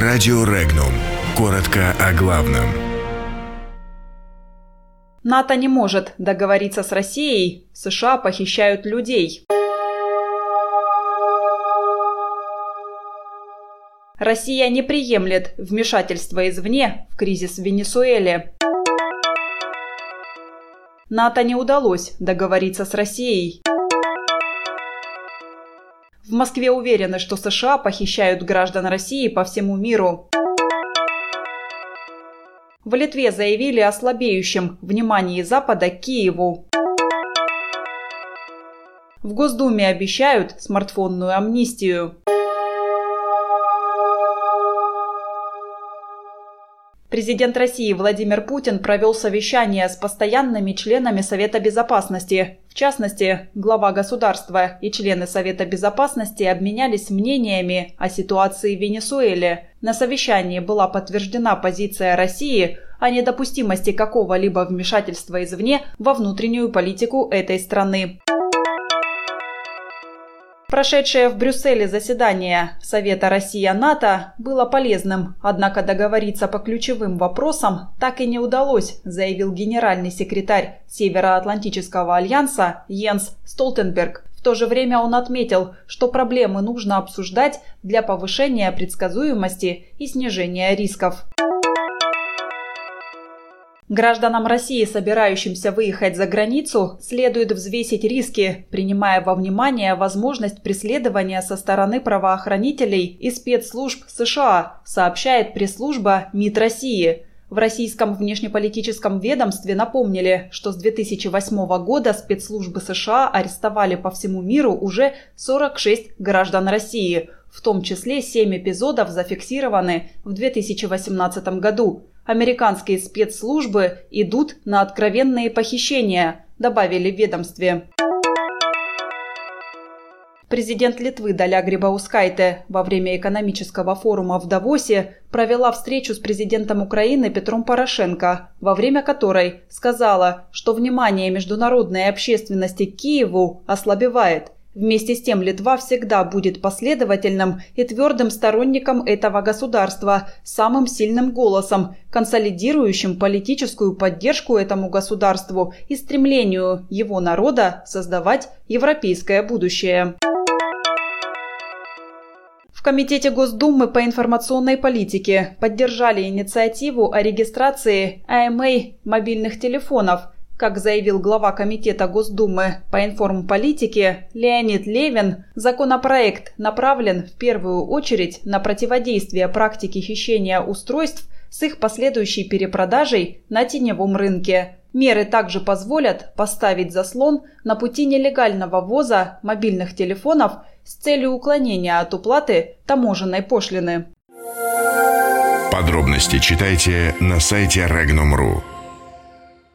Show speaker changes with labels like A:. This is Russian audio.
A: Радио Регнум. Коротко о главном.
B: НАТО не может договориться с Россией, США похищают людей. Россия не приемлет вмешательства извне в кризис в Венесуэле. НАТО не удалось договориться с Россией. В Москве уверены, что США похищают граждан России по всему миру. В Литве заявили о слабеющем внимании Запада к Киеву. В Госдуме обещают смартфонную амнистию. Президент России Владимир Путин провел совещание с постоянными членами Совета Безопасности. В частности, глава государства и члены Совета Безопасности обменялись мнениями о ситуации в Венесуэле. На совещании была подтверждена позиция России о недопустимости какого-либо вмешательства извне во внутреннюю политику этой страны. Прошедшее в Брюсселе заседание Совета Россия-НАТО было полезным, однако договориться по ключевым вопросам так и не удалось, заявил генеральный секретарь Североатлантического альянса Йенс Столтенберг. В то же время он отметил, что проблемы нужно обсуждать для повышения предсказуемости и снижения рисков. Гражданам России, собирающимся выехать за границу, следует взвесить риски, принимая во внимание возможность преследования со стороны правоохранителей и спецслужб США, сообщает пресс-служба МИД России. В российском внешнеполитическом ведомстве напомнили, что с 2008 года спецслужбы США арестовали по всему миру уже 46 граждан России, в том числе 7 эпизодов зафиксированы в 2018 году. Американские спецслужбы идут на откровенные похищения, добавили в ведомстве. Президент Литвы Даля Грибаускайте во время экономического форума в Давосе провела встречу с президентом Украины Петром Порошенко, во время которой сказала, что внимание международной общественности к Киеву ослабевает. Вместе с тем Литва всегда будет последовательным и твердым сторонником этого государства, самым сильным голосом, консолидирующим политическую поддержку этому государству и стремлению его народа создавать европейское будущее. В Комитете Госдумы по информационной политике поддержали инициативу о регистрации АМА мобильных телефонов. Как заявил глава Комитета Госдумы по информполитике Леонид Левин, законопроект направлен в первую очередь на противодействие практике хищения устройств с их последующей перепродажей на теневом рынке. Меры также позволят поставить заслон на пути нелегального ввоза мобильных телефонов с целью уклонения от уплаты таможенной пошлины.
A: Подробности читайте на сайте Regnum.ru.